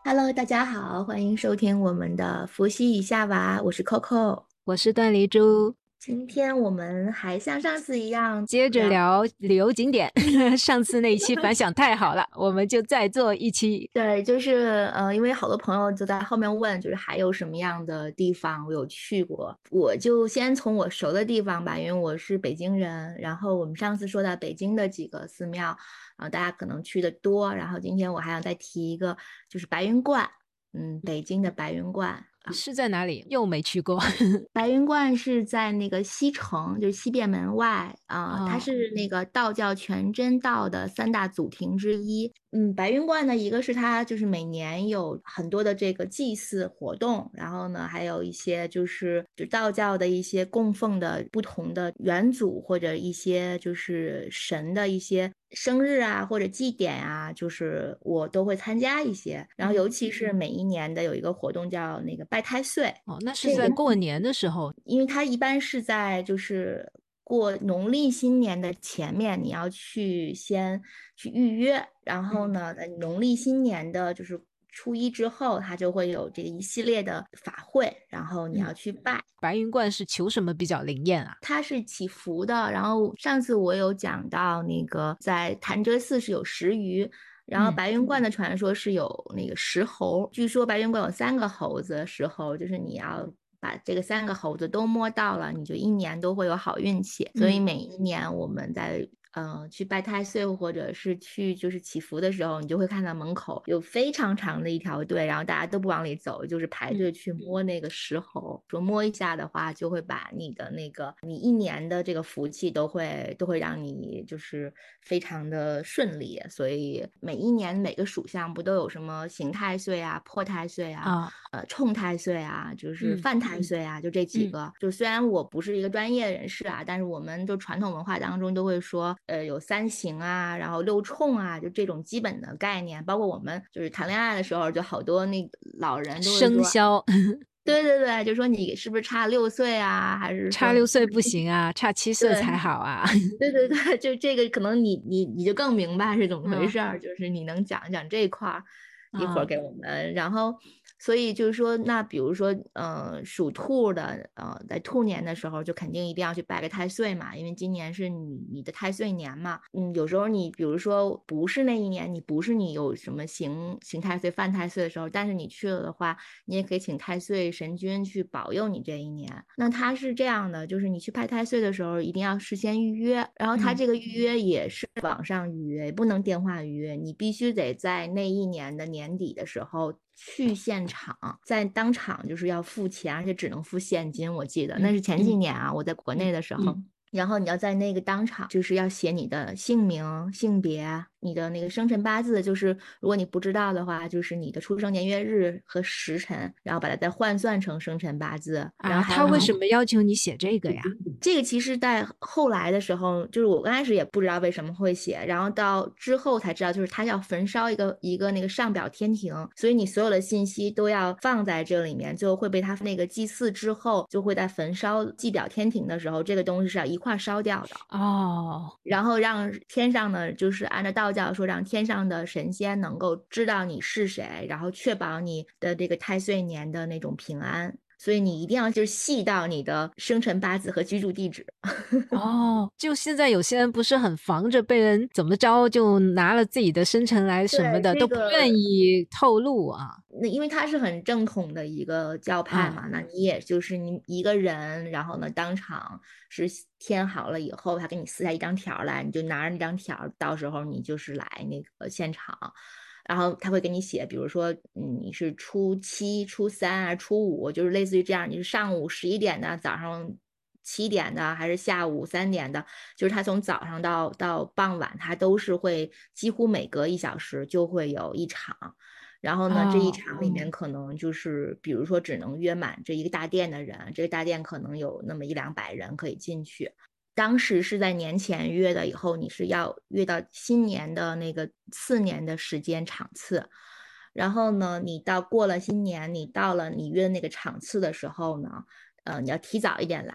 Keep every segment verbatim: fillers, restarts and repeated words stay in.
Hello，大家好，欢迎收听我们的伏羲与夏娃，我是 Coco。 我是段丽珠。 今天我们还像上次一样接着聊， 聊旅游景点，上次那一期反响太好了，我们就再做一期。 对，就是呃，因为好多朋友就在后面问，就是还有什么样的地方我有去过，我就先从我熟的地方吧，因为我是北京人。然后我们上次说到北京的几个寺庙，啊、大家可能去的多，然后今天我还想再提一个，就是白云观，嗯，北京的白云观。 是在哪里？又没去过。 白云观是在那个西城，就是西便门外啊、呃它哦， 是那个道教全真道的三大祖庭之一。嗯，白云观呢，一个是它就是每年有很多的这个祭祀活动，然后呢，还有一些就是就道教的一些供奉的不同的元祖或者一些就是神的一些生日啊或者祭典啊，就是我都会参加一些。然后嗯， 尤其是每一年的有一个活动叫那个拜太岁。 哦，那是这个。 在过年的时候。 因为它一般是在就是过农历新年的前面，你要去先去预约，然后嗯， 呢，在农历新年的就是初一之后，它就会有这一系列的法会，然后你嗯， 要去拜。 白云观是求什么比较灵验啊？ 它是祈福的，然后上次我有讲到那个在潭柘寺是有石鱼，然后嗯， 白云观的传说是有那个石猴，据说白云观有三个猴子，石猴就是你要把这个三个猴子都摸到了，你就一年都会有好运气。所以嗯， 每一年我们在呃去拜太岁或者是去就是祈福的时候，你就会看到门口有非常长的一条队，然后大家都不往里走，就是排嗯， 队去摸那个石猴，说摸一下的话，就会把你的那个你一年的这个福气都会都会让你就是非常的顺利。所以每一年每个属相不都有什么刑太岁啊、破太岁啊、 啊， 呃冲太岁啊，就是嗯， 犯太岁啊，就这几嗯， 个。就虽然我不是一个专业人士啊，但是我们就传统文化当中都会说，呃，有三刑啊，然后六冲啊，就这种基本的概念。包括我们就是谈恋爱的时候，就好多那个老人都会说， 生肖。 对对对，就说你是不是差六岁啊，还是说你差六岁不行啊，差七岁对才好啊。 对对对，就这个可能你你你就更明白是怎么回嗯， 事儿，就是你能讲讲这一块儿，一会儿啊， 给我们。然后，所以就是说，那比如说，呃，属兔的，呃，在兔年的时候，就肯定一定要去拜个太岁嘛，因为今年是你你的太岁年嘛。嗯，有时候你比如说不是那一年，你不是你有什么刑刑太岁、犯太岁的时候，但是你去了的话，你也可以请太岁神君去保佑你这一年。那他是这样的，就是你去拜太岁的时候，一定要事先预约，然后他嗯， 这个预约也是网上预约，不能电话预约，你必须得在那一年的年底的时候去现场，在当场就是要付钱，而且只能付现金。我记得那嗯， 是前几年啊，我在国内嗯， 的时候。然后你要在那个当场，就是要写你的姓名、性别、你的那个生辰八字，就是如果你不知道的话，就是你的出生年月日和时辰，然后把它再换算成生辰八字，然后啊， 还有你他为什么要求你写这个呀？ 这个其实，在后来的时候，就是我刚开始也不知道为什么会写，然后到之后才知道，就是他要焚烧一个一个那个上表天庭，所以你所有的信息都要放在这里面，就会被他那个祭祀之后，就会在焚烧祭表天庭的时候，这个东西是要一块烧掉的。 哦， 然后让天上的，就是按照道教说，让天上的神仙能够知道你是谁，然后确保你的这个太岁年的那种平安。所以你一定要就是细到你的生辰八字和居住地址。 哦，就现在有些人不是很防着被人怎么着，就拿了自己的生辰来什么对， 的，都不这个愿意透露啊。 那因为它是很正统的一个教派啊， 嘛，那你也就是你一个人，然后呢，当场是填好了以后，他给你撕下一张条来，你就拿着那张条，到时候你就是来那个现场，然后他会给你写，比如说，嗯，你是初七、初三还是初五，就是类似于这样，你是上午十一点的，早上七点的，还是下午三点的，就是他从早上到到傍晚，他都是会几乎每隔一小时就会有一场。然后呢，这一哦， 场里面可能就是，比如说只能约满这一个大殿的人，这个大殿可能有那么一两百人可以进去。当时是在年前约的，以后你是要约到新年的那个次年的时间场次。然后呢，你到过了新年，你到了你约的那个场次的时候呢，呃，你要提早一点来，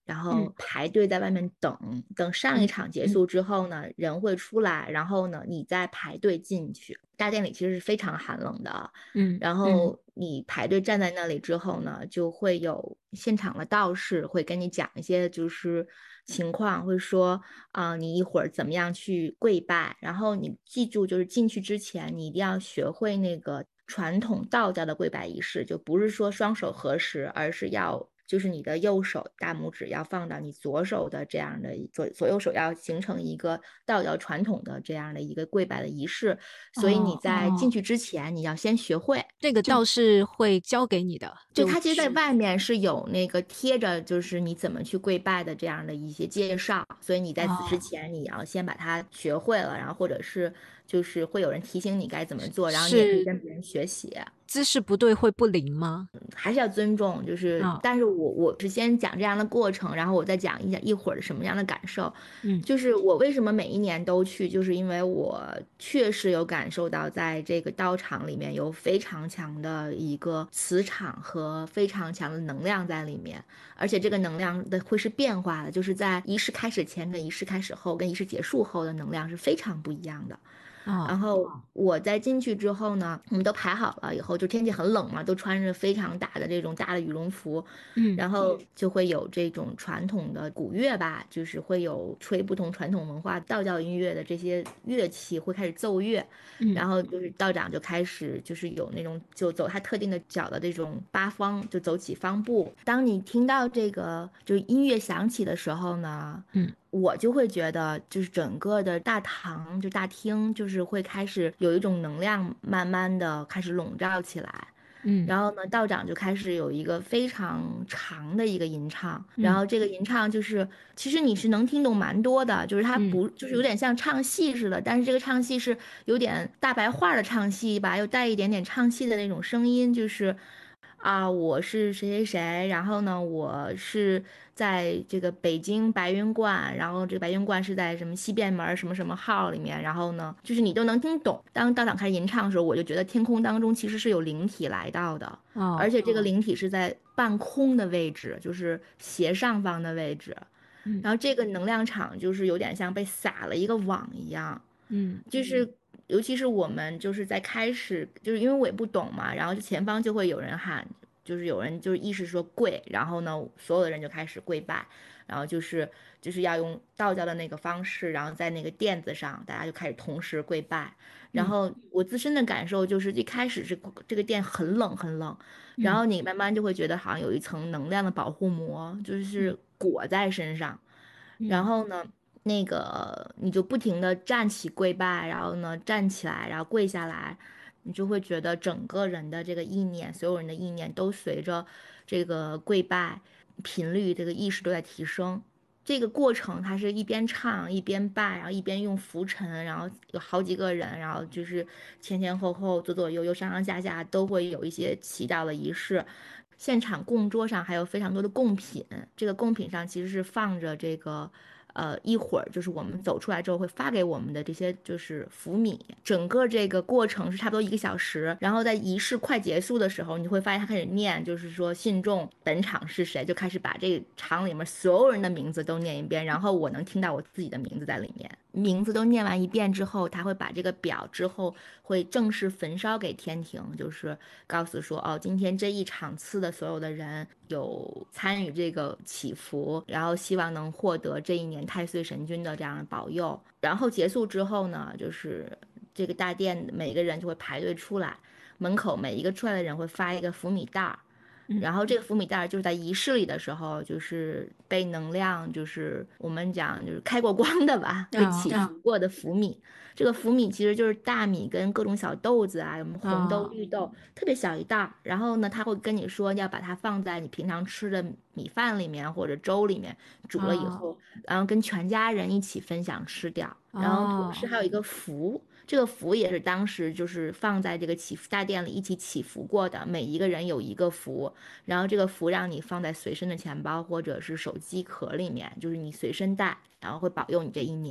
然嗯后排队在外面等，等上一嗯场结嗯束之后呢，人会出来，然后呢，你再排队进去。大殿里其实是非常寒冷的， 嗯然嗯后你排队站在那里之后呢，就会有现场的道士会跟你讲一些就是情况，会说啊、你一会儿怎么样去跪拜，然后你记住就是进去之前你一定要学会那个传统道教的跪拜仪式，就不是说双手合十，而是要。就是你的右手大拇指要放到你左手的这样的左左右手要形成一个道教传统的这样的一个跪拜的仪式，所以你哦， 在进去之前你要先学会。 这个倒是会教给你的， 对， 就它其实在去外面是有那个贴着，就是你怎么去跪拜的这样的一些介绍，所以你在此之哦， 前你要先把它学会了，然后或者是就是会有人提醒你该怎么做，然后你也可以是跟别人学习。 姿势不对会不灵吗？ 还是要尊重，就是， 啊， 但是我我是先讲这样的过程，然后我再讲一下一会儿什么样的感受。 嗯就是我为什么每一年都去，就是因为我确实有感受到，在这个道场里面有非常强的一个磁场和非常强的能量在里面，而且这个能量的会是变化的，就是在仪式开始前跟仪式开始后跟仪式结束后的能量是非常不一样的。然哦， 后我在进去之后呢，我们都排好了以后，就天气很冷嘛，都穿着非常大的这种大的羽绒服， 嗯然后就会有这种传统的古乐吧，就是会有吹不同传统文化道教音乐的这些乐器会开始奏乐， 嗯然后就是道长就开始就是有那种就走他特定的脚的这种八方，就走起方步。当你听到这个就是音乐响起的时候呢， 嗯我就会觉得，就是整个的大堂，就大厅，就是会开始有一种能量，慢慢的开始笼罩起来。 嗯然后呢，道长就开始有一个非常长的一个吟唱，然嗯后这个吟唱就是，其实你是能听懂蛮多的，就是它嗯不，就是有点像唱戏似的，但是这个唱戏是有点大白话的唱戏吧，又带一点点唱戏的那种声音，就是啊，我是谁谁谁，然后呢，我是在这个北京白云观，然后这个白云观是在什么西便门儿什么什么号里面，然后呢，就是你都能听懂。当道长开始吟唱的时候，我就觉得天空当中其实是有灵体来到的，而哦且这个灵体是在半空的位置，就是斜上方的位置， 嗯然后这个能量场就是有点像被撒了一个网一样。 嗯就是尤其是我们就是在开始，就是因为我也不懂嘛，然后就前方就会有人喊，就是有人就是意识说跪，然后呢，所有的人就开始跪拜，然后就是就是要用道教的那个方式，然后在那个垫子上，大家就开始同时跪拜。然嗯后我自身的感受就是一开始是这个店很冷很冷，然嗯后你慢慢就会觉得好像有一层能量的保护膜，就是嗯裹在身上。然嗯后呢，那个你就不停的站起跪拜，然后呢站起来，然后跪下来，你就会觉得整个人的这个意念，所有人的意念都随着这个跪拜频率，这个意识都在提升。这个过程，它是一边唱一边拜，然后一边用拂尘，然后有好几个人，然后就是前前后后、左左右右、上上下下都会有一些祈祷的仪式。现场供桌上还有非常多的贡品，这个贡品上其实是放着这个，呃，一会儿就是我们走出来之后会发给我们的这些就是福米。整个这个过程是差不多一个小时，然后在仪式快结束的时候，你会发现他开始念，就是说信众本场是谁，就开始把这个场里面所有人的名字都念一遍，然后我能听到我自己的名字在里面。名字都念完一遍之后，他会把这个表之后会正式焚烧给天庭，就是告诉说，哦，今天这一场次的所有的人有参与这个祈福，然后希望能获得这一年太岁神君的这样的保佑。然后结束之后呢，就是这个大殿每个人就会排队出来，门口每一个出来的人会发一个福米袋儿。 嗯然后这个福米袋儿就是在仪式里的时候，就是被能量，就是我们讲就是开过光的吧，被啊祈福过的福米。这个福米其实就是大米跟各种小豆子啊，什么红豆、 啊绿豆，特别小一袋儿。然后呢，他会跟你说要把它放在你平常吃的米饭里面或者粥里面煮了以啊后，然后跟全家人一起分享吃掉。然后同时哦还有一个符，这个符也是当时就是放在这个祈福大殿里一起祈福过的，每一个人有一个符，然后这个符让你放在随身的钱包或者是手机壳里面，就是你随身带，然后会保佑你这一年。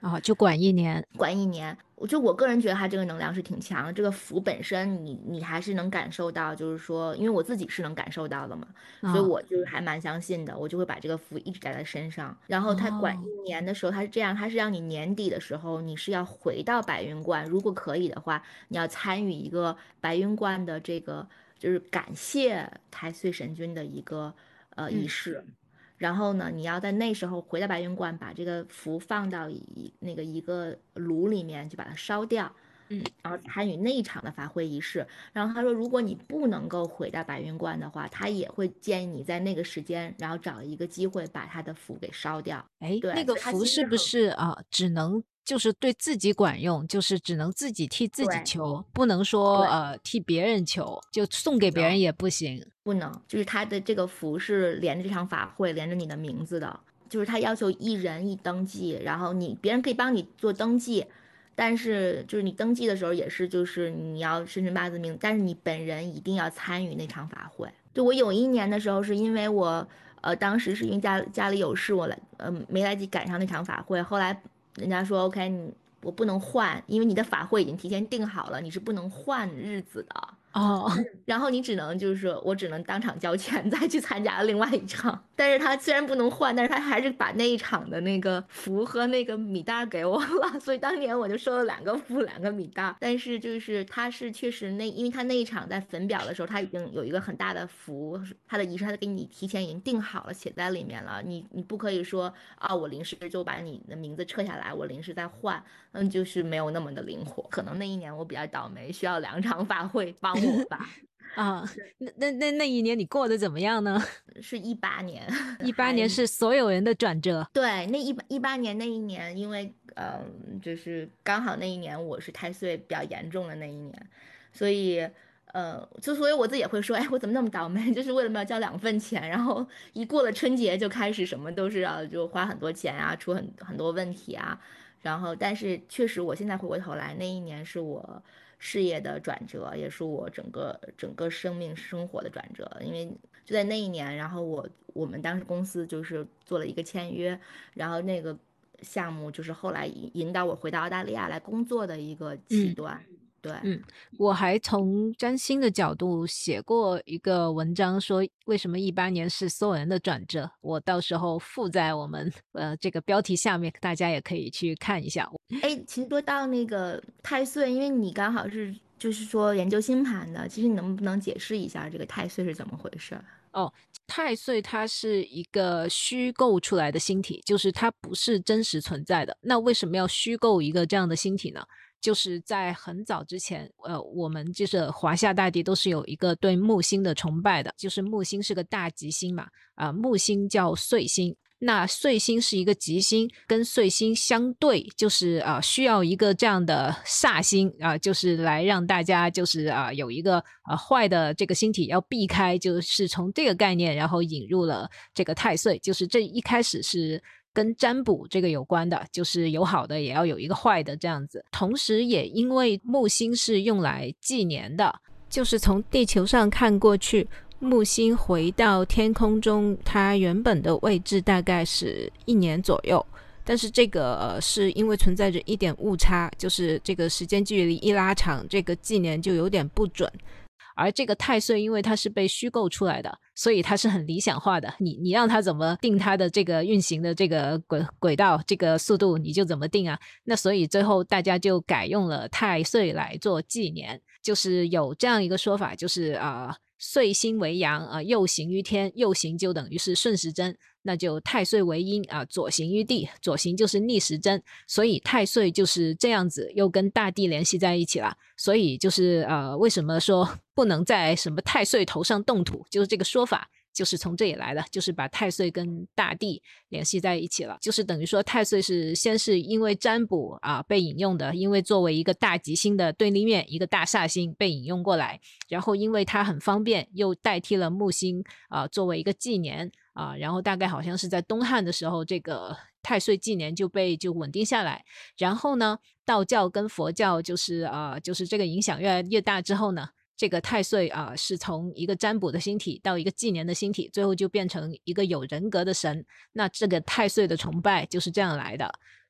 啊，就管一年。 管一年。我就我个人觉得它这个能量是挺强的，这个符本身你你还是能感受到，就是说，因为我自己是能感受到的嘛，所以啊。 我就是还蛮相信的，我就会把这个符一直带在身上。然后它管哦。 一年的时候，它是这样，它是让你年底的时候你是要回到白云观，如果可以的话，你要参与一个白云观的这个就是感谢太岁神君的一个呃仪嗯式。然后呢，你要在那时候回到白云观，把这个符放到一那个一个炉里面，就把它烧掉， 嗯。 然后参与那一场的法会仪式。然后他说，如果你不能够回到白云观的话，他也会建议你在那个时间，然后找一个机会把他的符给烧掉。 哎，那对， 个所以它符是不其实是很是啊，只能就是对自己管用，就是只能自己替自己对求，不能说对， 呃替别人求，就送给不能别人也不行。 不能，就是他的这个符是连着这场法会，连着你的名字的，就是他要求一人一登记，然后你别人可以帮你做登记，但是就是你登记的时候也是就是你要生辰八字命，但是你本人一定要参与那场法会。就我有一年的时候是因为我呃当时是因为家家里有事，我来呃没来及赶上那场法会，后来人家说 OK 你我不能换，因为你的法会已经提前定好了，你是不能换日子的。 哦。 然后你只能就是说我只能当场交钱再去参加另外一场，但是他虽然不能换，但是他还是把那一场的那个符和那个米袋给我了，所以当年我就收了两个符两个米袋。但是就是他是确实那，因为他那一场在焚表的时候，他已经有一个很大的符，他的仪式他给你提前已经定好了，写在里面了，你你不可以说啊我临时就把你的名字撤下来，我临时再换，嗯，就是没有那么的灵活。可能那一年我比较倒霉，需要两场法会帮我吧。 啊，那那那那一年你过得怎么样呢？ 是一八年， 一八还年是所有人的转折。 对，那一八一八年那一年，因为嗯、呃就是刚好那一年我是太岁比较严重的那一年，所以呃，就所以我自己也会说，哎，我怎么那么倒霉？就是为什么要交两份钱？然后一过了春节就开始什么都是要就花很多钱啊，出很很多问题啊。然后，但是确实，我现在回过头来，那一年是我事业的转折，也是我整个整个生命生活的转折。因为就在那一年，然后我我们当时公司就是做了一个签约，然后那个项目就是后来引引导我回到澳大利亚来工作的一个起嗯。 端。对， 嗯，我还从占星的角度写过一个文章，说为什么一八年是所有人的转折，我到时候附在我们呃这个标题下面，大家也可以去看一下。 哎，其实说到那个太岁，因为你刚好是就是说研究星盘的，其实你能不能解释一下这个太岁是怎么回事？ 哦，太岁它是一个虚构出来的星体，就是它不是真实存在的。那为什么要虚构一个这样的星体呢？就是在很早之前，呃，我们就是华夏大地都是有一个对木星的崇拜的，就是木星是个大吉星嘛，啊、木星叫岁星。那岁星是一个吉星，跟岁星相对，就是啊、呃需要一个这样的煞星啊、呃就是来让大家就是啊、呃有一个呃坏的这个星体要避开，就是从这个概念，然后引入了这个太岁，就是这一开始是跟占卜这个有关的，就是有好的也要有一个坏的这样子。同时也因为木星是用来纪年的，就是从地球上看过去，木星回到天空中，它原本的位置大概是一年左右。但是这个、呃、是因为存在着一点误差，就是这个时间距离一拉长，这个纪年就有点不准。而这个太岁因为它是被虚构出来的，所以它是很理想化的，你你让它怎么定它的这个运行的这个轨轨道这个速度你就怎么定啊。那所以最后大家就改用了太岁来做纪年，就是有这样一个说法，就是啊、呃岁星为阳啊、呃右行于天，右行就等于是顺时针，那就太岁为阴啊、呃左行于地，左行就是逆时针，所以太岁就是这样子又跟大地联系在一起了。所以就是呃，为什么说不能在什么太岁头上动土，就是这个说法就是从这里来的，就是把太岁跟大地联系在一起了，就是等于说太岁是先是因为占卜啊、被引用的，因为作为一个大吉星的对立面，一个大煞星被引用过来，然后因为它很方便，又代替了木星啊、作为一个纪年啊、然后大概好像是在东汉的时候，这个太岁纪年就被就稳定下来。然后呢，道教跟佛教就是啊、呃就是这个影响越来越大之后呢，这个太岁啊、呃是从一个占卜的星体到一个纪年的星体，最后就变成一个有人格的神。那这个太岁的崇拜就是这样来的。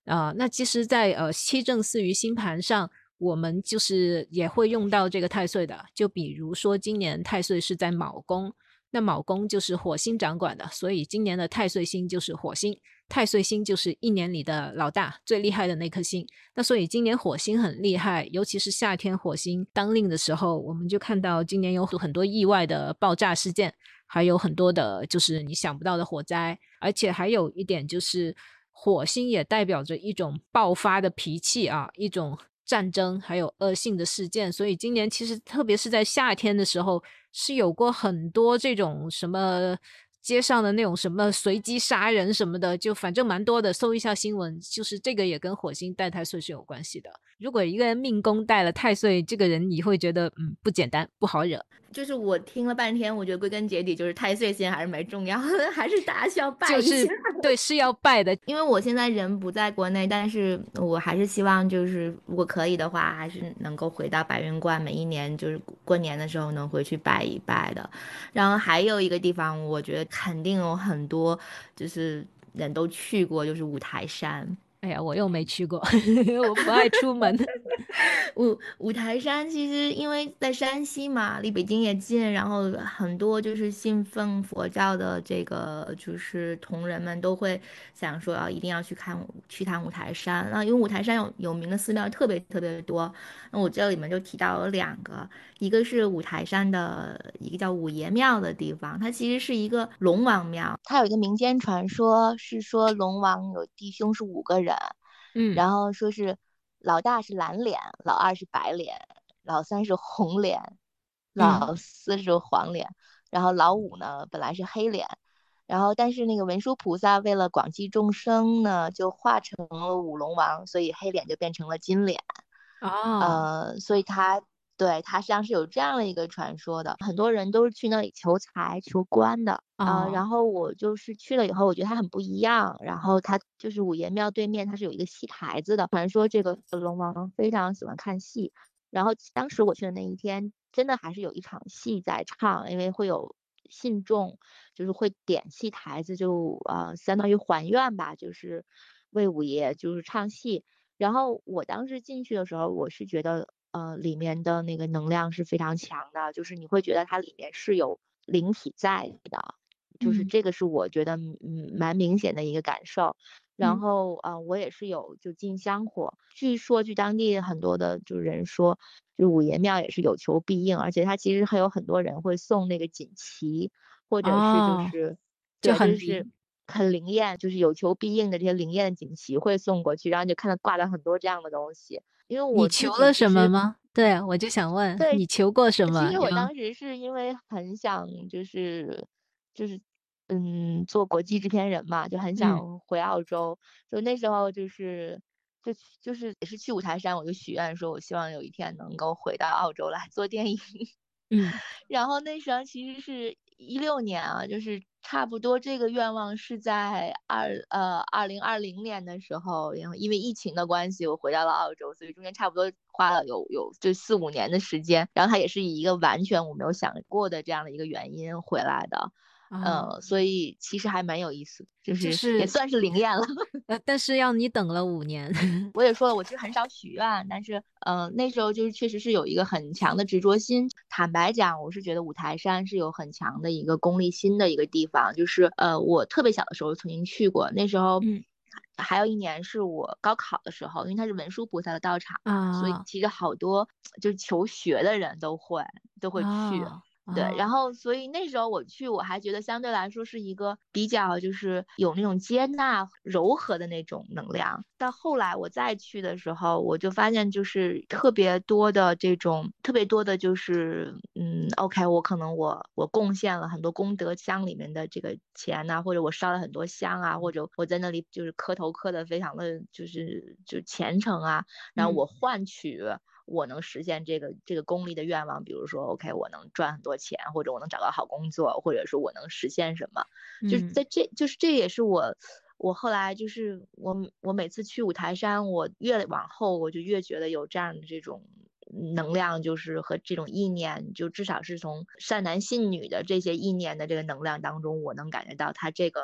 啊、那其实在呃七正四余星盘上，我们就是也会用到这个太岁的。就比如说今年太岁是在卯宫，那卯宫就是火星掌管的，所以今年的太岁星就是火星，太岁星就是一年里的老大，最厉害的那颗星。那所以今年火星很厉害，尤其是夏天火星当令的时候，我们就看到今年有很多意外的爆炸事件，还有很多的就是你想不到的火灾，而且还有一点就是火星也代表着一种爆发的脾气啊，一种战争，还有恶性的事件。所以今年其实特别是在夏天的时候，是有过很多这种什么街上的那种什么随机杀人什么的，就反正蛮多的。搜一下新闻，就是这个也跟火星带太岁是有关系的。如果一个人命宫带了太岁，这个人你会觉得嗯不简单，不好惹。 就是我听了半天，我觉得归根结底就是太岁星还是蛮重要的，还是大家需要拜一下。 就是对，是要拜的。 因为我现在人不在国内，但是我还是希望就是如果可以的话，还是能够回到白云观，每一年就是过年的时候能回去拜一拜的。然后还有一个地方，我觉得肯定有很多就是人都去过，就是五台山。 哎呀，我又没去过，我不爱出门。 五五台山其实因为在山西嘛，离北京也近，然后很多就是信奉佛教的这个就是同仁们都会想说啊，一定要去看去趟五台山。那因为五台山有有名的寺庙特别特别多，那我这里面就提到了两个，一个是五台山的一个叫五爷庙的地方，它其实是一个龙王庙，它有一个民间传说是说龙王有弟兄是五个人。 嗯然后说是老大是蓝脸，老二是白脸，老三是红脸， 嗯。 老四是黄脸，然后老五呢本来是黑脸，然后但是那个文殊菩萨为了广济众生呢，就化成了五龙王，所以黑脸就变成了金脸。 哦。 呃，所以他对他实际上是有这样的一个传说的，很多人都是去那里求财求官的。呃， 哦。 然后我就是去了以后，我觉得它很不一样。然后它就是五爷庙对面，它是有一个戏台子的。传说这个龙王非常喜欢看戏，然后当时我去的那一天，真的还是有一场戏在唱，因为会有信众就是会点戏台子就，呃相当于还愿吧，就是为五爷就是唱戏。然后我当时进去的时候，我是觉得，呃，里面的那个能量是非常强的，就是你会觉得它里面是有灵体在的，就是嗯这个是我觉得嗯蛮明显的一个感受。然嗯。 后呃，我也是有就进香火，据说据当地很多的就是人说，就是五爷庙也是有求必应，而且它其实还有很多人会送那个锦旗，或者是就哦， 是就对，就是很灵。 很灵验，就是有求必应的这些灵验的锦旗会送过去，然后就看到挂了很多这样的东西。因为我自你求了己其实什么吗？对，我就想问， 对， 你求过什么？有。 其实我当时是因为很想就是就是嗯做国际制片人嘛，就很嗯想回澳洲，就那时候就是就就是也是去五台山，我就许愿说我希望有一天能够回到澳洲来做电影。 嗯然后那时候其实是一六年啊，就是差不多这个愿望是在二呃二零二零年的时候，然后因为疫情的关系，我回到了澳洲，所以中间差不多花了有有就四五年的时间。然后它也是以一个完全我没有想过的这样的一个原因回来的， 啊。 呃，所以其实还蛮有意思的，就是也就是算是灵验了。 呃，但是要你等了五年。 我也说了，我其实很少许愿，但是，嗯、呃那时候就是确实是有一个很强的执着心。坦白讲，我是觉得五台山是有很强的一个功利心的一个地方，就是呃，我特别小的时候曾经去过，那时候嗯还有一年是我高考的时候，因为它是文殊菩萨的道场嘛，所以啊其实好多就是求学的人都会都会去。 啊对， 啊。 然后所以那时候我去，我还觉得相对来说是一个比较就是有那种接纳、柔和的那种能量。到后来我再去的时候，我就发现就是特别多的这种，特别多的就是嗯，OK，我可能我我贡献了很多功德箱里面的这个钱呐、或者我烧了很多香啊，或者我在那里就是磕头磕的非常的就是就虔诚啊，然后嗯我换取。我能实现这个这个功利的愿望，比如说，OK，我能赚很多钱，或者我能找到好工作，或者是我能实现什么，就是嗯。 在这就是这也是我我后来就是我我每次去五台山，我越往后我就越觉得有这样的这种能量，就是和这种意念，就至少是从善男信女的这些意念的这个能量当中，我能感觉到它这个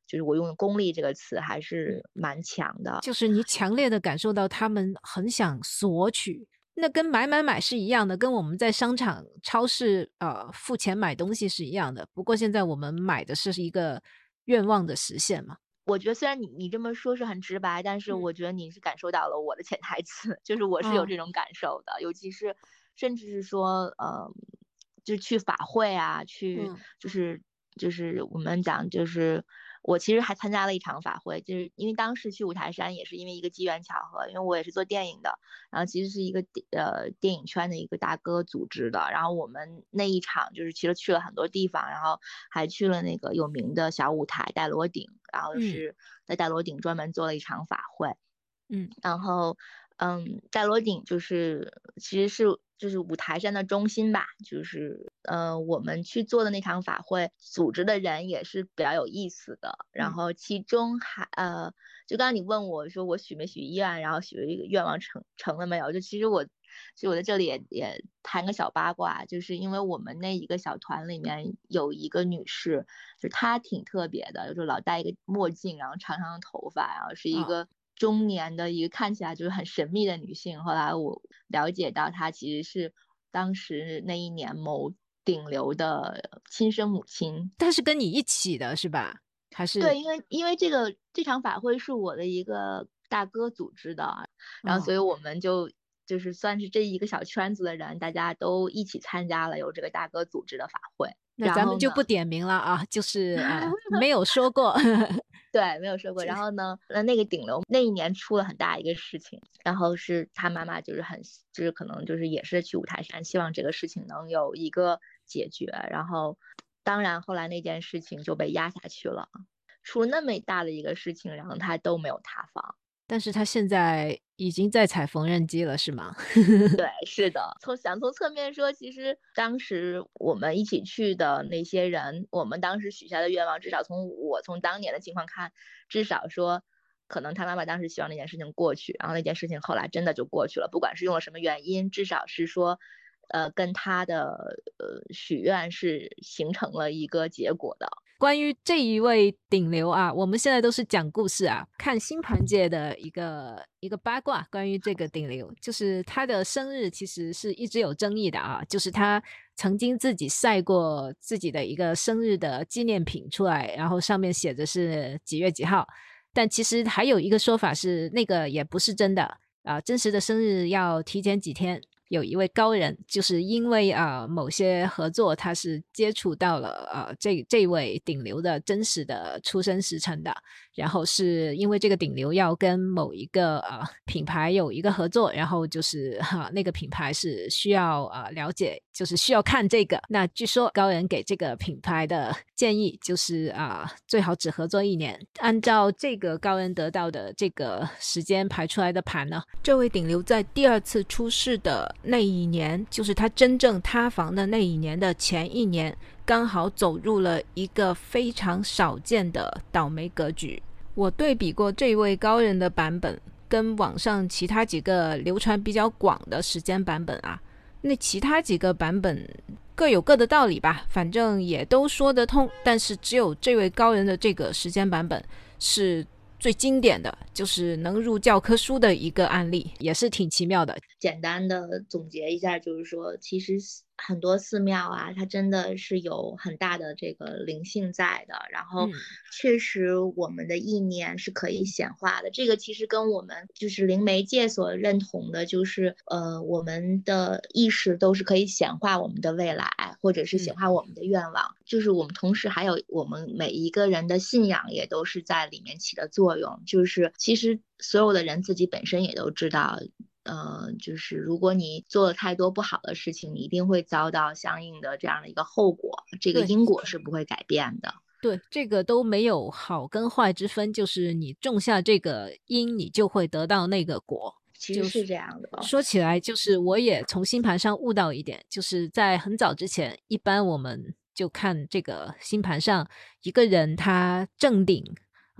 就是我用功利这个词还是蛮强的。 就是你强烈的感受到他们很想索取，那跟买买买是一样的，跟我们在商场、超市呃付钱买东西是一样的。不过现在我们买的是一个愿望的实现嘛。 我觉得虽然你你这么说是很直白，但是嗯， 我觉得你是感受到了我的潜台词，就是我是有哦， 这种感受的，尤其是甚至是说，呃，就去法会啊，去嗯就是就是我们讲就是我其实还参加了一场法会，就是因为当时去五台山也是因为一个机缘巧合，因为我也是做电影的，然后其实是一个呃电影圈的一个大哥组织的，然后我们那一场就是其实去了很多地方，然后还去了那个有名的小舞台戴罗顶，然后嗯是在戴罗顶专门做了一场法会， 嗯然后，嗯，戴罗顶就是其实是就是五台山的中心吧，就是呃我们去做的那场法会，组织的人也是比较有意思的。然嗯后其中还呃，就刚刚你问我说我许没许愿，然后许了一个愿望成成了没有？就其实我，其实我在这里也也谈个小八卦，就是因为我们那一个小团里面有一个女士，就她挺特别的，就是老戴一个墨镜，然后长长的头发，然后是一哦， 个中年的一个看起来就是很神秘的女性。后来我了解到，她其实是当时那一年某顶流的亲生母亲。 但是跟你一起的是吧？还是对，因为因为这个这场法会是我的一个大哥组织的，然后哦， 所以我们就就是算是这一个小圈子的人，大家都一起参加了有这个大哥组织的法会。 那咱们然后呢， 就不点名了啊，就是呃没有说过。 对，没有说过。然后呢，呃，那个顶流那一年出了很大一个事情，然后是他妈妈就是很就是可能就是也是去五台山，希望这个事情能有一个解决。然后当然后来那件事情就被压下去了，出了那么大的一个事情，然后他都没有塌房。 但是他现在已经在踩缝纫机了，是吗？ 对，是的，从想从侧面说，其实当时我们一起去的那些人，我们当时许下的愿望，至少从我从当年的情况看，至少说，可能他妈妈当时希望那件事情过去，然后那件事情后来真的就过去了，不管是用了什么原因，至少是说，呃，跟他的呃许愿是形成了一个结果的。 关于这一位顶流啊，我们现在都是讲故事啊，看星盘界的一个一个八卦。关于这个顶流，就是他的生日其实是一直有争议的啊，就是他曾经自己晒过自己的一个生日的纪念品出来，然后上面写着是几月几号，但其实还有一个说法是那个也不是真的啊，真实的生日要提前几天。有一位高人，就是因为啊、呃、某些合作，他是接触到了呃这这位顶流的真实的出生时辰的，然后是因为这个顶流要跟某一个呃品牌有一个合作，然后就是哈、那个品牌是需要呃了解，就是需要看这个。那据说高人给这个品牌的建议就是啊、呃最好只合作一年，按照这个高人得到的这个时间排出来的盘呢，这位顶流在第二次出事的那一年，就是他真正塌房的那一年的前一年，刚好走入了一个非常少见的倒霉格局。我对比过这位高人的版本跟网上其他几个流传比较广的时间版本啊，那其他几个版本各有各的道理吧，反正也都说得通，但是只有这位高人的这个时间版本是最经典的，就是能入教科书的一个案例，也是挺奇妙的。 简单的总结一下，就是说，其实很多寺庙啊，它真的是有很大的这个灵性在的。然后， 嗯， 确实我们的意念是可以显化的。这个其实跟我们就是灵媒界所认同的，就是呃，我们的意识都是可以显化我们的未来，或者是显化我们的愿望。就是我们同时还有我们每一个人的信仰也都是在里面起的作用。就是其实所有的人自己本身也都知道。呃，就是如果你做了太多不好的事情，你一定会遭到相应的这样的一个后果，这个对因果是不会改变的。 对，这个都没有好跟坏之分，就是你种下这个因，你就会得到那个果。 其实是这样的。 说起来，就是我也从星盘上悟到一点，就是在很早之前，一般我们就看这个星盘上一个人他正顶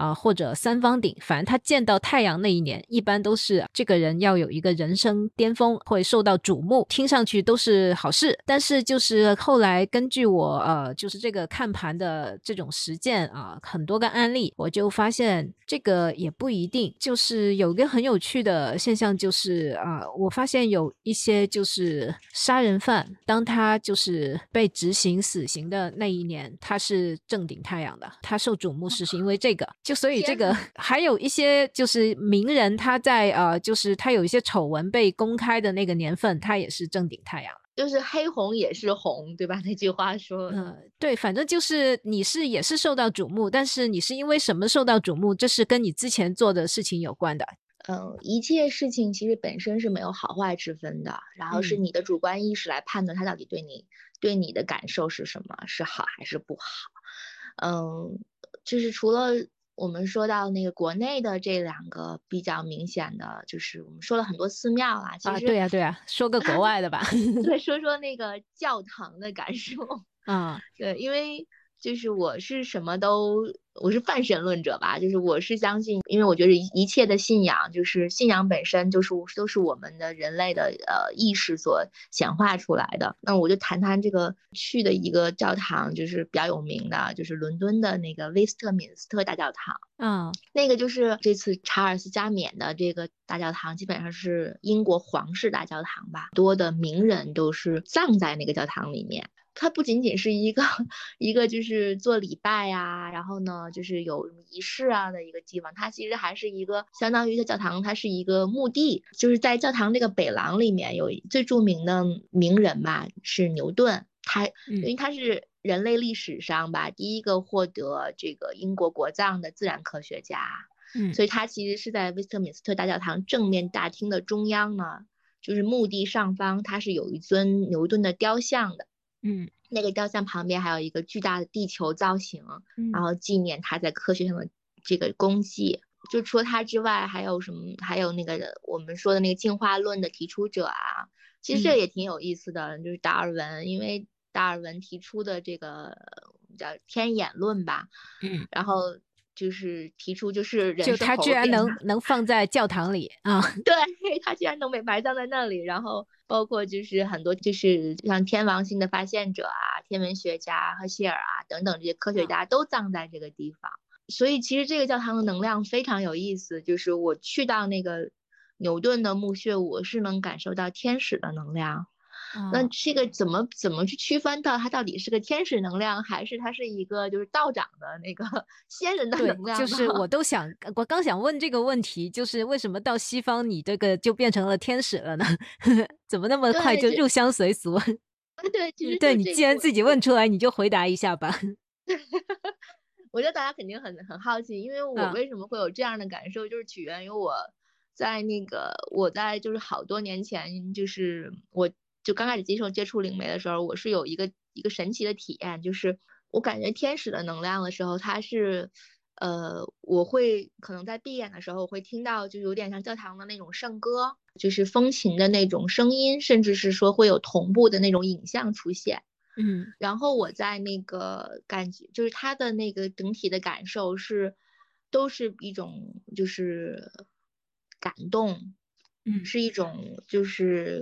啊、或者三方顶，反正他见到太阳那一年，一般都是这个人要有一个人生巅峰，会受到瞩目，听上去都是好事。但是就是后来根据我呃，就是这个看盘的这种实践啊、很多个案例，我就发现这个也不一定。就是有一个很有趣的现象，就是啊、我发现有一些就是杀人犯，当他就是被执行死刑的那一年，他是正顶太阳的，他受瞩目是是因为这个。就所以这个天呐， 还有一些就是名人，他在呃，就是他有一些丑闻被公开的那个年份，他也是正顶太阳。 就是黑红也是红，对吧？那句话说。 呃，对，反正就是你是也是受到瞩目，但是你是因为什么受到瞩目，这是跟你之前做的事情有关的。 嗯，一切事情其实本身是没有好坏之分的，然后是嗯。 你的主观意识来判断它到底对你对你的感受是什么，是好还是不好。嗯，就是除了我们说到那个国内的这两个比较明显的，就是我们说了很多寺庙啊，其啊， 实对呀对呀，说个国外的吧。 对，说说那个教堂的感受。 啊。 对，因为就是我是什么都，我是泛神论者吧，就是我是相信，因为我觉得一一切的信仰，就是信仰本身就是都是我们的人类的呃意识所显化出来的。那我就谈谈这个去的一个教堂，就是比较有名的，就是伦敦的那个威斯特敏斯特大教堂。 啊。 那个就是这次查尔斯加冕的这个大教堂，基本上是英国皇室大教堂吧，多的名人都是葬在那个教堂里面。它不仅仅是一个一个就是做礼拜呀、然后呢就是有仪式啊的一个地方，它其实还是一个相当于在教堂，它是一个墓地，就是在教堂这个北廊里面有最著名的名人吧，是牛顿。他因嗯。 为他是人类历史上吧第一个获得这个英国国葬的自然科学家， 嗯。 所以他其实是在威斯特敏斯特大教堂正面大厅的中央呢，就是墓地上方，它是有一尊牛顿的雕像的。 嗯。 那个雕像旁边还有一个巨大的地球造型，然嗯。 后纪念他在科学上的这个功绩。就除了他之外，还有什么？还有那个我们说的那个进化论的提出者啊，其实这嗯。 也挺有意思的，就是达尔文，因为达尔文提出的这个叫天演论吧， 嗯。 然后就是提出就是人就他居然是猴变的。 能能放在教堂里啊。 对，他居然能被埋葬在那里，然后包括就是很多就是像天王星的发现者啊、天文学家赫歇尔啊等等这些科学啊。 家都葬在这个地方。所以其实这个教堂的能量非常有意思，就是我去到那个牛顿的墓穴，我是能感受到天使的能量。那啊。 这个怎么怎么去区分到它到底是个天使能量，还是它是一个就是道长的那个仙人的对， 能量呢？ 就是我都想我刚想问这个问题，就是为什么到西方你这个就变成了天使了呢？怎么那么快对，这就入乡随俗？ 对，其实对， 就这个我你既然自己问出来，你就回答一下吧。 我觉得大家肯定很很好奇，因为我啊。 为什么会有这样的感受，就是起源于我在那个我在就是好多年前，就是我就刚开始接受接触灵媒的时候，我是有一个一个神奇的体验，就是我感觉天使的能量的时候，它是呃，我会可能在闭眼的时候，我会听到就有点像教堂的那种圣歌，就是风琴的那种声音，甚至是说会有同步的那种影像出现。 嗯。 然后我在那个感觉，就是他的那个整体的感受是，都是一种就是感动， 嗯。 是一种就是，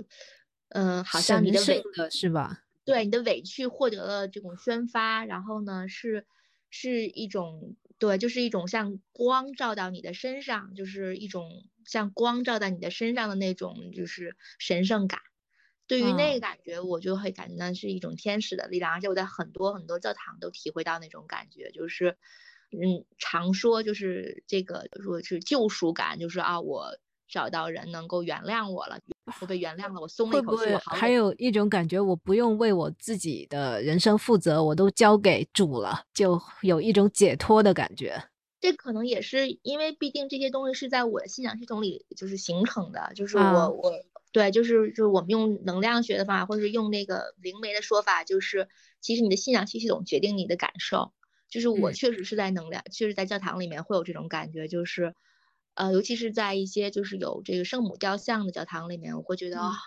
嗯、好像你神圣的委， 的是吧？ 对你的委屈获得了这种宣发，然后呢是是一种对，就是一种像光照到你的身上，就是一种像光照在你的身上的那种就是神圣感。对于那啊。 个感觉，我就会感觉那是一种天使的力量，而且我在很多很多教堂都体会到那种感觉，就是，嗯，常说就是这个说是救赎感，就是啊，我找到人能够原谅我了，我被原谅了，我松了一口气，我会不会好委还有一种感觉，我不用为我自己的人生负责，我都交给主了，就有一种解脱的感觉。 这可能也是因为，毕竟这些东西是在我的信仰系统里就是形成的，就是我啊。 我对，就是就是我们用能量学的方法，或者是用那个灵媒的说法，就是其实你的信仰系统决定你的感受。就是我嗯。 确实是在能量，确实在教堂里面会有这种感觉，就是呃，尤其是在一些就是有这个圣母雕像的教堂里面，我会觉得啊、 嗯。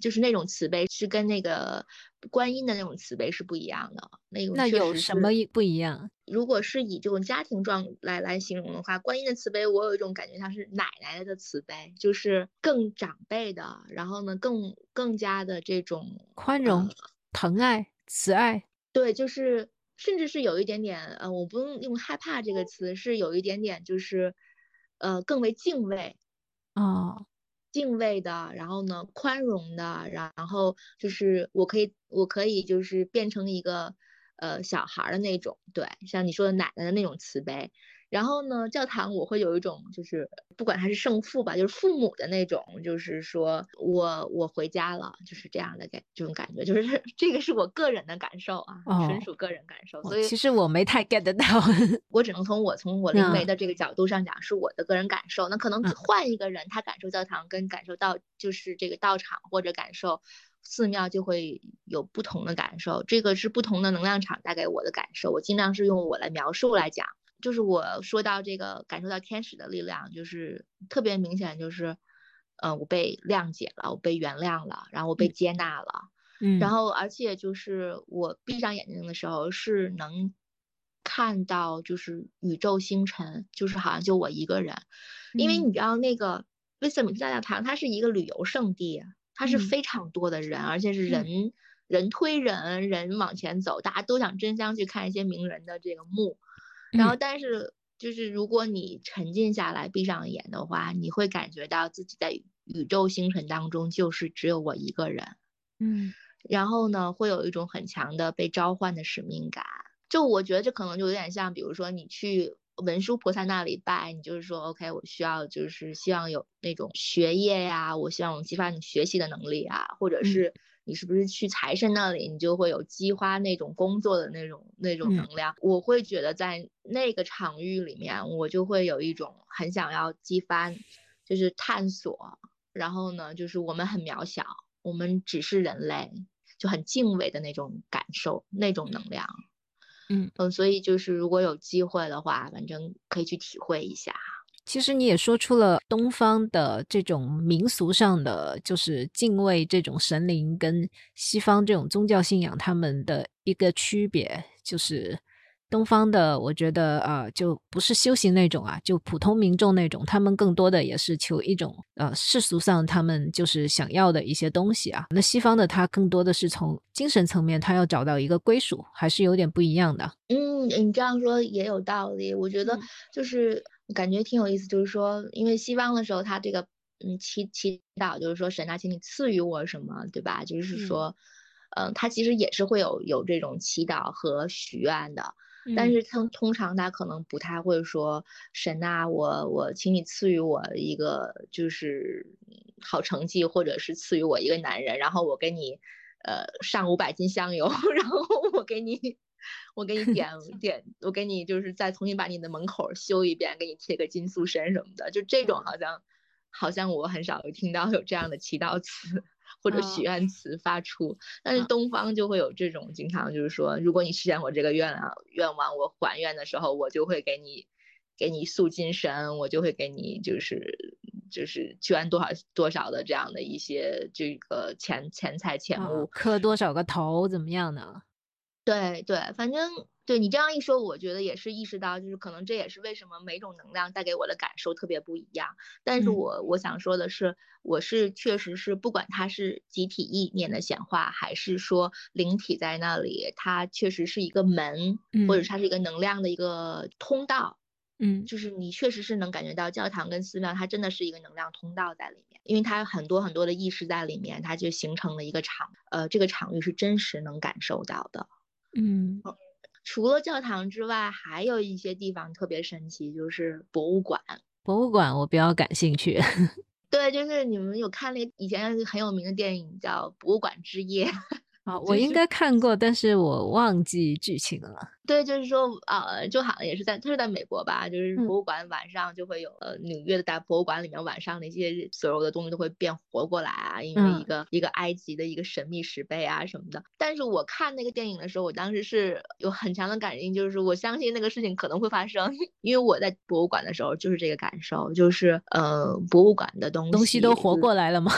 就是那种慈悲是跟那个观音的那种慈悲是不一样的，那种那确有什么实是。 一不一样？ 如果是以这种家庭状来来形容的话，观音的慈悲，我有一种感觉，它是奶奶的慈悲，就是更长辈的，然后呢，更更加的这种呃， 宽容、疼爱、慈爱。 对，就是甚至是有一点点，呃，我不用用害怕这个词，是有一点点就是，呃，更为敬畏， 哦， 敬畏的，然后呢，宽容的，然后就是我可以，我可以就是变成一个呃小孩的那种，对，像你说的奶奶的那种慈悲。然后呢，教堂我会有一种就是不管他是圣父吧，就是父母的那种，就是说我我回家了，就是这样的感这种感觉，就是这个是我个人的感受啊，纯哦， 属个人感受， 哦， 所以其实我没太 get 得到。 我只能从我从我灵媒嗯的这个角度上讲，是我的个人感受。那可能嗯换一个人，他感受教堂跟感受到就是这个道场或者感受寺庙就会有不同的感受。这个是不同的能量场带给我的感受。我尽量是用我来描述来讲。就是我说到这个感受到天使的力量，就是特别明显，就是呃我被谅解了，我被原谅了，然后我被嗯接纳了。然嗯后而且就是我闭上眼睛的时候是能看到就是宇宙星辰，就是好像就我一个人。因为嗯你知道那个威斯特敏斯特大教堂，它是一个旅游胜地，它是嗯非常多的人，而且是嗯人人推人，人往前走，大家都想争相去看一些名人的这个墓。然后嗯但是就是如果你沉浸下来，闭上眼的话，你会感觉到自己在宇宙星辰当中就是只有我一个人。 嗯然后呢，会有一种很强的被召唤的使命感。就我觉得这可能就有点像，比如说你去文殊菩萨那里拜，你就是说，OK，我需要就是希望有那种学业呀，我希望我激发你学习的能力啊，或者嗯是你是不是去财神那里，你就会有激发那种工作的那种那种嗯能量。我会觉得在那个场域里面，我就会有一种很想要激发，就是探索。然后呢，就是我们很渺小，我们只是人类，就很敬畏的那种感受，那种能量。 嗯。 嗯，所以就是如果有机会的话，反正可以去体会一下。 其实你也说出了东方的这种民俗上的，就是敬畏这种神灵，跟西方这种宗教信仰他们的一个区别。就是东方的，我觉得呃，就不是修行那种啊，就普通民众那种，他们更多的也是求一种呃世俗上他们就是想要的一些东西啊。那西方的他更多的是从精神层面，他要找到一个归属，还是有点不一样的。 嗯，你这样说也有道理。我觉得嗯就是感觉挺有意思，就是说，因为西方的时候，他这个嗯祈祈祷就是说神啊，请你赐予我什么，对吧？就是嗯说，嗯，他其实也是会有有这种祈祷和许愿的，但嗯是通通常他可能不太会说神啊，我我请你赐予我一个就是好成绩，或者是赐予我一个男人，然后我给你呃上五百斤香油，然后我给你。我给你点点，我给你就是再重新把你的门口修一遍，给你贴个金塑身什么的，就这种嗯好像好像我很少有听到有这样的祈祷词或者许啊愿词发出。但是啊东方就会有这种，经常就是说，如果你实现我这个愿啊愿望，我还愿的时候，我就会给你给你塑金身，我就会给你就是就是捐多少多少的这样的一些这个钱钱财钱啊， 物。 磕多少个头怎么样呢？ 对对，反正对你这样一说，我觉得也是意识到，就是可能这也是为什么每种能量带给我的感受特别不一样。但是嗯我我想说的是，我是确实是不管它是集体意念的显化，还是说灵体在那里，它确实是一个门，或者嗯它是一个能量的一个通道。 嗯就是你确实是能感觉到教堂跟寺庙，它真的是一个能量通道在里面，因为它有很多很多的意识在里面，它就形成了一个场，呃，这个场域是真实能感受到的。 嗯， 除了教堂之外，还有一些地方特别神奇，就是博物馆。 博物馆我比较感兴趣。 对，就是你们有看那以前很有名的电影叫《博物馆之夜》， 啊，我应就是该看过，但是我忘记剧情了。 对，就是说，呃，就好像也是在，它是在美国吧，就是嗯博物馆晚上就会有，呃，纽约的大博物馆里面晚上那些所有的东西都会变活过来啊，因为一嗯个一个埃及的一个神秘石碑啊什么的。但是我看那个电影的时候，我当时是有很强的感应，就是我相信那个事情可能会发生，因为我在博物馆的时候就是这个感受，就是呃，博物馆的东东西都西就是活过来了吗？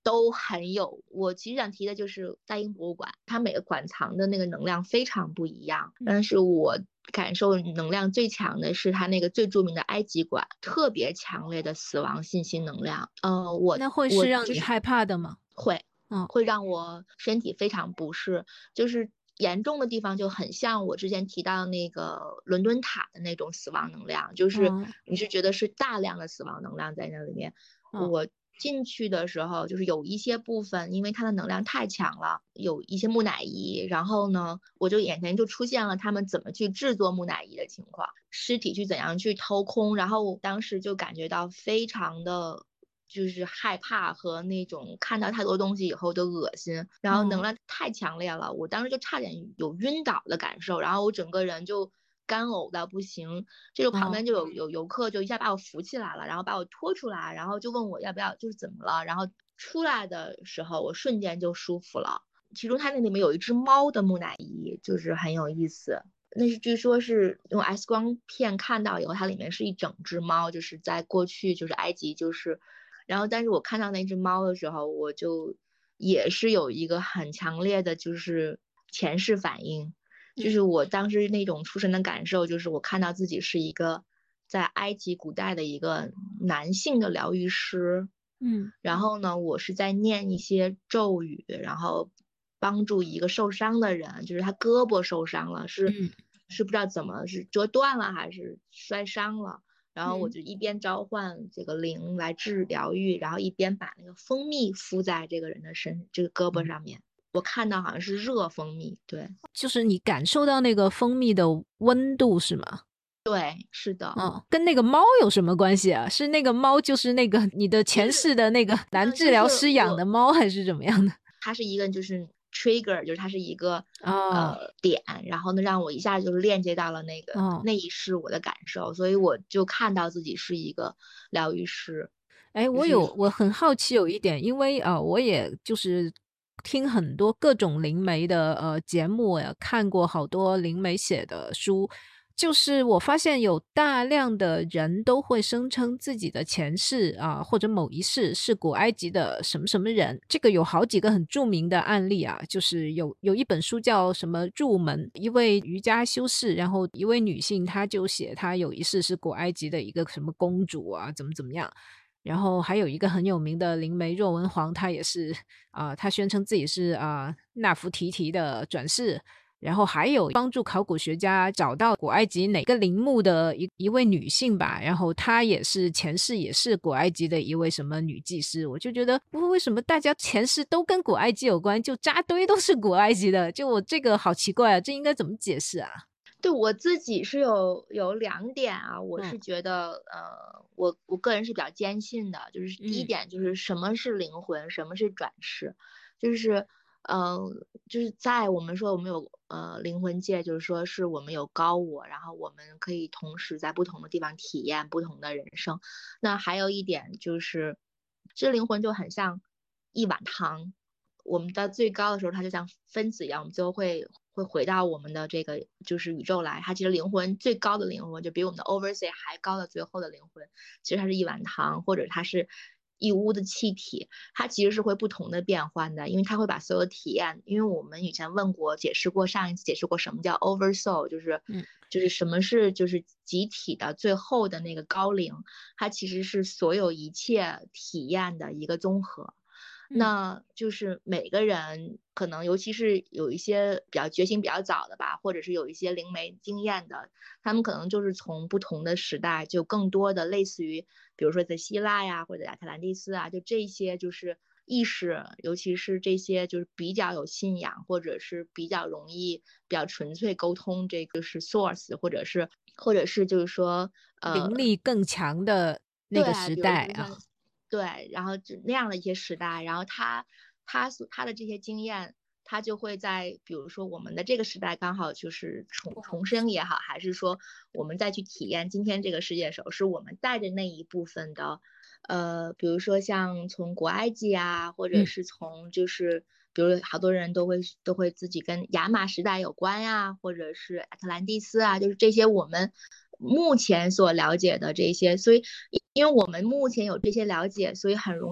都很有。我其实想提的就是大英博物馆，它每个馆藏的那个能量非常不一样，但是我感受能量最强的是它那个最著名的埃及馆，特别强烈的死亡信息能量。呃，我那会是让你害怕的吗？ 会， 嗯， 会让我身体非常不适，就是严重的地方就很像我之前提到那个伦敦塔的那种死亡能量，就是你是觉得是大量的死亡能量在那里面。 嗯、 我进去的时候，就是有一些部分，因为它的能量太强了，有一些木乃伊，然后呢，我就眼前就出现了他们怎么去制作木乃伊的情况，尸体去怎样去掏空，然后当时就感觉到非常的就是害怕和那种看到太多东西以后的恶心，然后能量太强烈了，我当时就差点有晕倒的感受，然后我整个人就干呕到不行。这个旁边就有有游客就一下把我扶起来了，然后把我拖出来，然后就问我要不要，就是怎么了，然后出来的时候我瞬间就舒服了。其中它那里面有一只猫的木乃伊，就是很有意思。那是据说是用 X 光片看到以后，它里面是一整只猫，就是在过去就是埃及就是，然后但是我看到那只猫的时候，我就也是有一个很强烈的就是前世反应，就是我当时那种出神的感受，就是我看到自己是一个在埃及古代的一个男性的疗愈师， 嗯， 然后呢，我是在念一些咒语，然后帮助一个受伤的人，就是他胳膊受伤了，是、嗯、是不知道怎么是折断了还是摔伤了，然后我就一边召唤这个灵来治疗愈，然后一边把那个蜂蜜敷在这个人的身这个胳膊上面。我看到好像是热蜂蜜，对， 就是你感受到那个蜂蜜的温度是吗？ 对，是的。 哦，跟那个猫有什么关系啊？是那个猫就是那个你的前世的那个男治疗师养的猫，还是怎么样的？ 它是一个就是 trigger， 就是它是一个、 哦、 呃点，然后呢让我一下就是链接到了那个、哦、那一世我的感受，所以我就看到自己是一个疗愈师。 哎，我有我很好奇有一点，因为呃，我也就是听很多各种灵媒的呃节目呀，看过好多灵媒写的书，就是我发现有大量的人都会声称自己的前世啊、呃，或者某一世是古埃及的什么什么人。这个有好几个很著名的案例啊，就是有有一本书叫什么入门，一位瑜伽修士，然后一位女性，她就写她有一世是古埃及的一个什么公主啊，怎么怎么样。然后还有一个很有名的灵媒若文皇，他也是啊、呃，他宣称自己是啊、呃、纳福提提的转世。然后还有帮助考古学家找到古埃及哪个陵墓的一一位女性吧，然后她也是前世也是古埃及的一位什么女祭司。我就觉得，不为什么大家前世都跟古埃及有关，就扎堆都是古埃及的？就我这个好奇怪啊，这应该怎么解释啊？ 对，我自己是有有两点啊，我是觉得、嗯、呃，我我个人是比较坚信的，就是第一点就是什么是灵魂，嗯、什么是转世，就是呃，就是在我们说我们有呃灵魂界，就是说是我们有高我，然后我们可以同时在不同的地方体验不同的人生。那还有一点就是，这灵魂就很像一碗汤，我们到最高的时候，它就像分子一样，我们最后会会回到我们的这个就是宇宙来。它其实灵魂最高的灵魂，就比我们的 oversea 还高的最后的灵魂，其实它是一碗汤，或者它是一屋的气体，它其实是会不同的变换的，因为它会把所有的体验，因为我们以前问过、解释过，上一次解释过什么叫 oversoul， 就是嗯，就是什么是就是集体的最后的那个高灵，它其实是所有一切体验的一个综合。那就是每个人可能，尤其是有一些比较觉醒比较早的吧，或者是有一些灵媒经验的，他们可能就是从不同的时代，就更多的类似于，比如说在希腊呀，或者亚特兰蒂斯啊，就这些就是意识，尤其是这些就是比较有信仰，或者是比较容易、比较纯粹沟通，这个是 source，或者是或者是就是说呃灵力更强的那个时代啊。 对，然后就那样的一些时代，然后他他所他的这些经验，他就会在比如说我们的这个时代刚好就是重重生也好，还是说我们再去体验今天这个世界的时候，是我们带着那一部分的，呃，比如说像从古埃及啊，或者是从就是比如好多人都会都会自己跟亚马时代有关呀，或者是亚特兰蒂斯啊，就是这些我们目前所了解的这些，所以因为我们目前有这些了解，所以很容易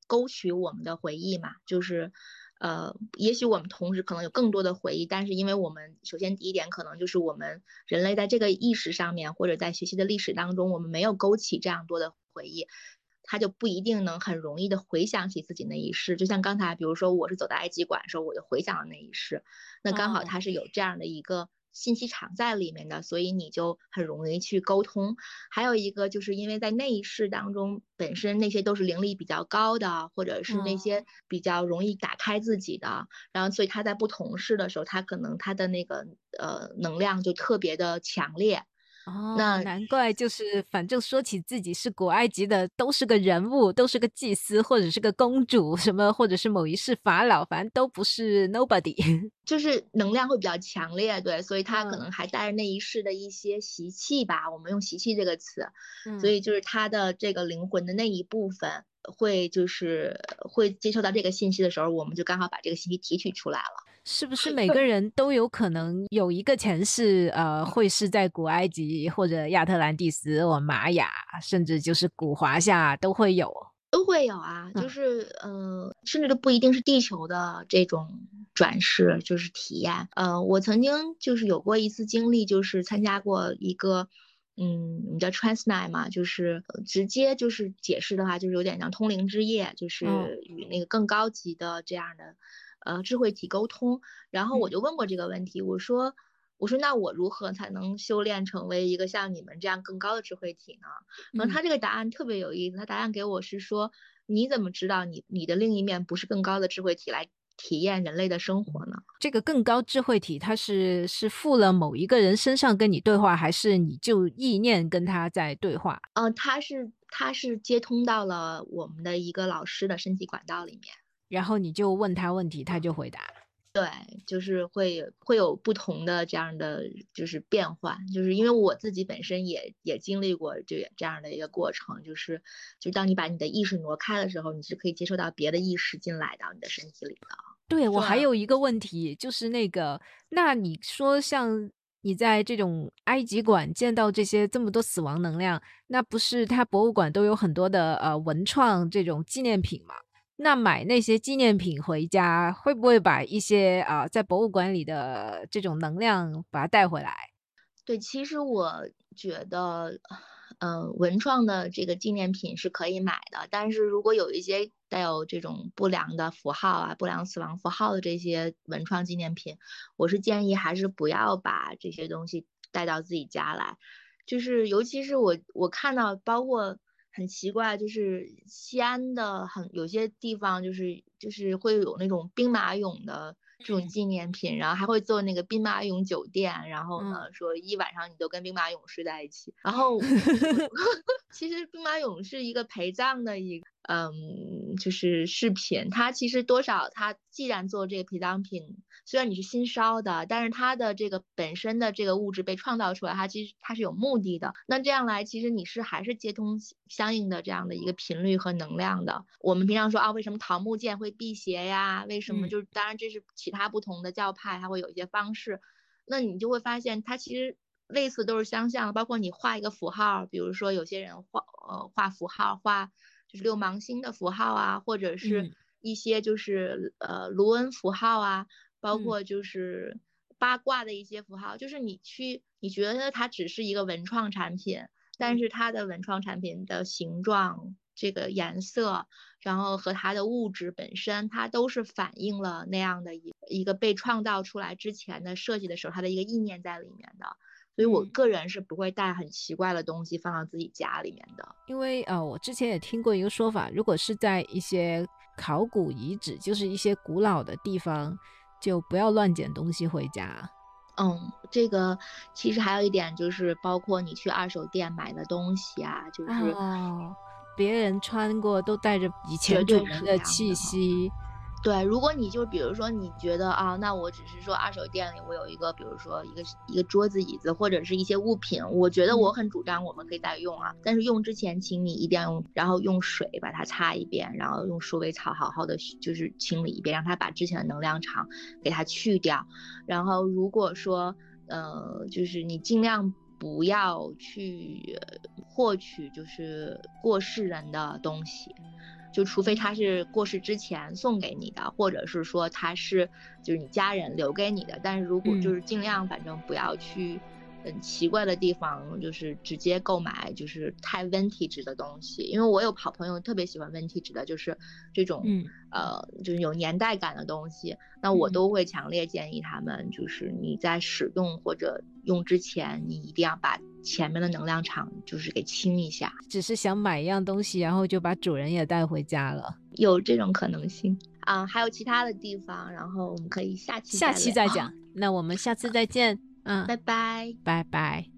勾取我们的回忆嘛，就是呃，也许我们同时可能有更多的回忆，但是因为我们首先第一点可能就是我们人类在这个意识上面或者在学习的历史当中，我们没有勾起这样多的回忆，他就不一定能很容易的回想起自己那一世。就像刚才比如说我是走到埃及馆的时候，我就回想了那一世，那刚好它是有这样的一个信息场在里面的，所以你就很容易去沟通。还有一个就是因为在那一世当中本身那些都是灵力比较高的，或者是那些比较容易打开自己的，然后所以他在不同世的时候，他可能他的那个呃能量就特别的强烈。 哦， 那难怪就是反正说起自己是古埃及的，都是个人物，都是个祭司，或者是个公主什么，或者是某一世法老，反正都不是 nobody。 就是能量会比较强烈，对，所以他可嗯能还带着那一世的一些习气吧，我们用习气这个词，所嗯。 以就是他的这个灵魂的那一部分会就是会接受到这个信息的时候，我们就刚好把这个信息提取出来了。 是不是每个人都有可能有一个前世，呃，会是在古埃及或者亚特兰蒂斯或玛雅，甚至就是古华夏都会有？ 都会有啊，就嗯是呃，甚至都不一定是地球的这种转世，就是体验。呃，我曾经就是有过一次经历，就是参加过一个，嗯，你知道 Transnight 嘛，就是呃直接就是解释的话，就是有点像通灵之夜，就嗯是与那个更高级的这样的呃智慧体沟通。然后我就问过这个问题，我说。我说，那我如何才能修炼成为一个像你们这样更高的智慧体呢？然后嗯。 他这个答案特别有意思，他答案给我是说，你怎么知道你你的另一面不是更高的智慧体来体验人类的生活呢？ 这个更高智慧体，它是是附了某一个人身上跟你对话，还是你就意念跟他在对话？ 呃，他是他是接通到了我们的一个老师的身体管道里面。 然后你就问他问题，他就回答。 就是会会有不同的这样的就是变换，就是因为我自己本身也也经历过这这样的一个过程，就是就当你把你的意识挪开的时候，你是可以接受到别的意识进来到你的身体里的。 对，我是吧？ 还有一个问题，就是那个，那你说像你在这种埃及馆见到这些这么多死亡能量，那不是它博物馆都有很多的呃文创这种纪念品嘛？那买那些纪念品回家，会不会把一些啊、呃在博物馆里的这种能量把它带回来？ 对，其实我觉得，呃，文创的这个纪念品是可以买的，但是如果有一些带有这种不良的符号啊、不良死亡符号的这些文创纪念品，我是建议还是不要把这些东西带到自己家来。就是尤其是我我看到，包括很奇怪，就是西安的很有些地方，就是就是会有那种兵马俑的这种纪念品，然后还会做那个兵马俑酒店，然后嗯。 呢说一晚上你都跟兵马俑睡在一起，然后我其实兵马俑是一个陪葬的一个嗯，就是饰品，它其实多少它既然做这个陪葬品，虽然你是新烧的，但是它的这个本身的这个物质被创造出来，它其实它是有目的的。那这样来，其实你是还是接通相应的这样的一个频率和能量的。我们平常说啊，为什么桃木剑会辟邪呀？为什么嗯就是当然这是其他不同的教派，它会有一些方式。那你就会发现，它其实类似都是相像的，包括你画一个符号，比如说有些人画呃画符号画。就是六芒星的符号啊，或者是嗯一些就是呃卢恩符号啊，包嗯括就是八卦的一些符号，就是你去你觉得它只是一个文创产品，但嗯是它的文创产品的形状、这个颜色，然后和它的物质本身，它都是反映了那样的一一个被创造出来之前的设计的时候，它的一个意念在里面的。所以我嗯。 个人是不会带很奇怪的东西放到自己家里面的。 因为呃，我之前也听过一个说法，如果是在一些考古遗址，就是一些古老的地方，就不要乱捡东西回家。 嗯，这个其实还有一点就是，包括你去二手店买的东西啊，就是哦，别人穿过都带着以绝前主对是这人的气样的。 息。 对，如果你就比如说你觉得啊，那我只是说二手店里我有一个，比如说一个一个桌子、椅子或者是一些物品，我觉得我嗯很主张我们可以再用啊，但是用之前，请你一定要用，然后用水把它擦一遍，然后用鼠尾草好好的就是清理一遍，让它把之前的能量场给它去掉。然后如果说呃，就是你尽量不要去获取就是过世人的东西。 就除非它是过世之前送给你的，或者是说它是就是你家人留给你的，但是如果就是尽量反正不要去很奇怪的地方，就是直接购买就是太 vintage 的东西，因为我有好朋友特别喜欢 vintage 的，就是这种、嗯、呃就是有年代感的东西，那我都会强烈建议他们，就是你在使用或者用之前，你一定要把前面的能量场就是给清一下。 只是想买一样东西，然后就把主人也带回家了， 有这种可能性啊。还有其他的地方，然后我们可以下期再下期再讲。那我们下次再见。嗯， 拜拜， 拜拜。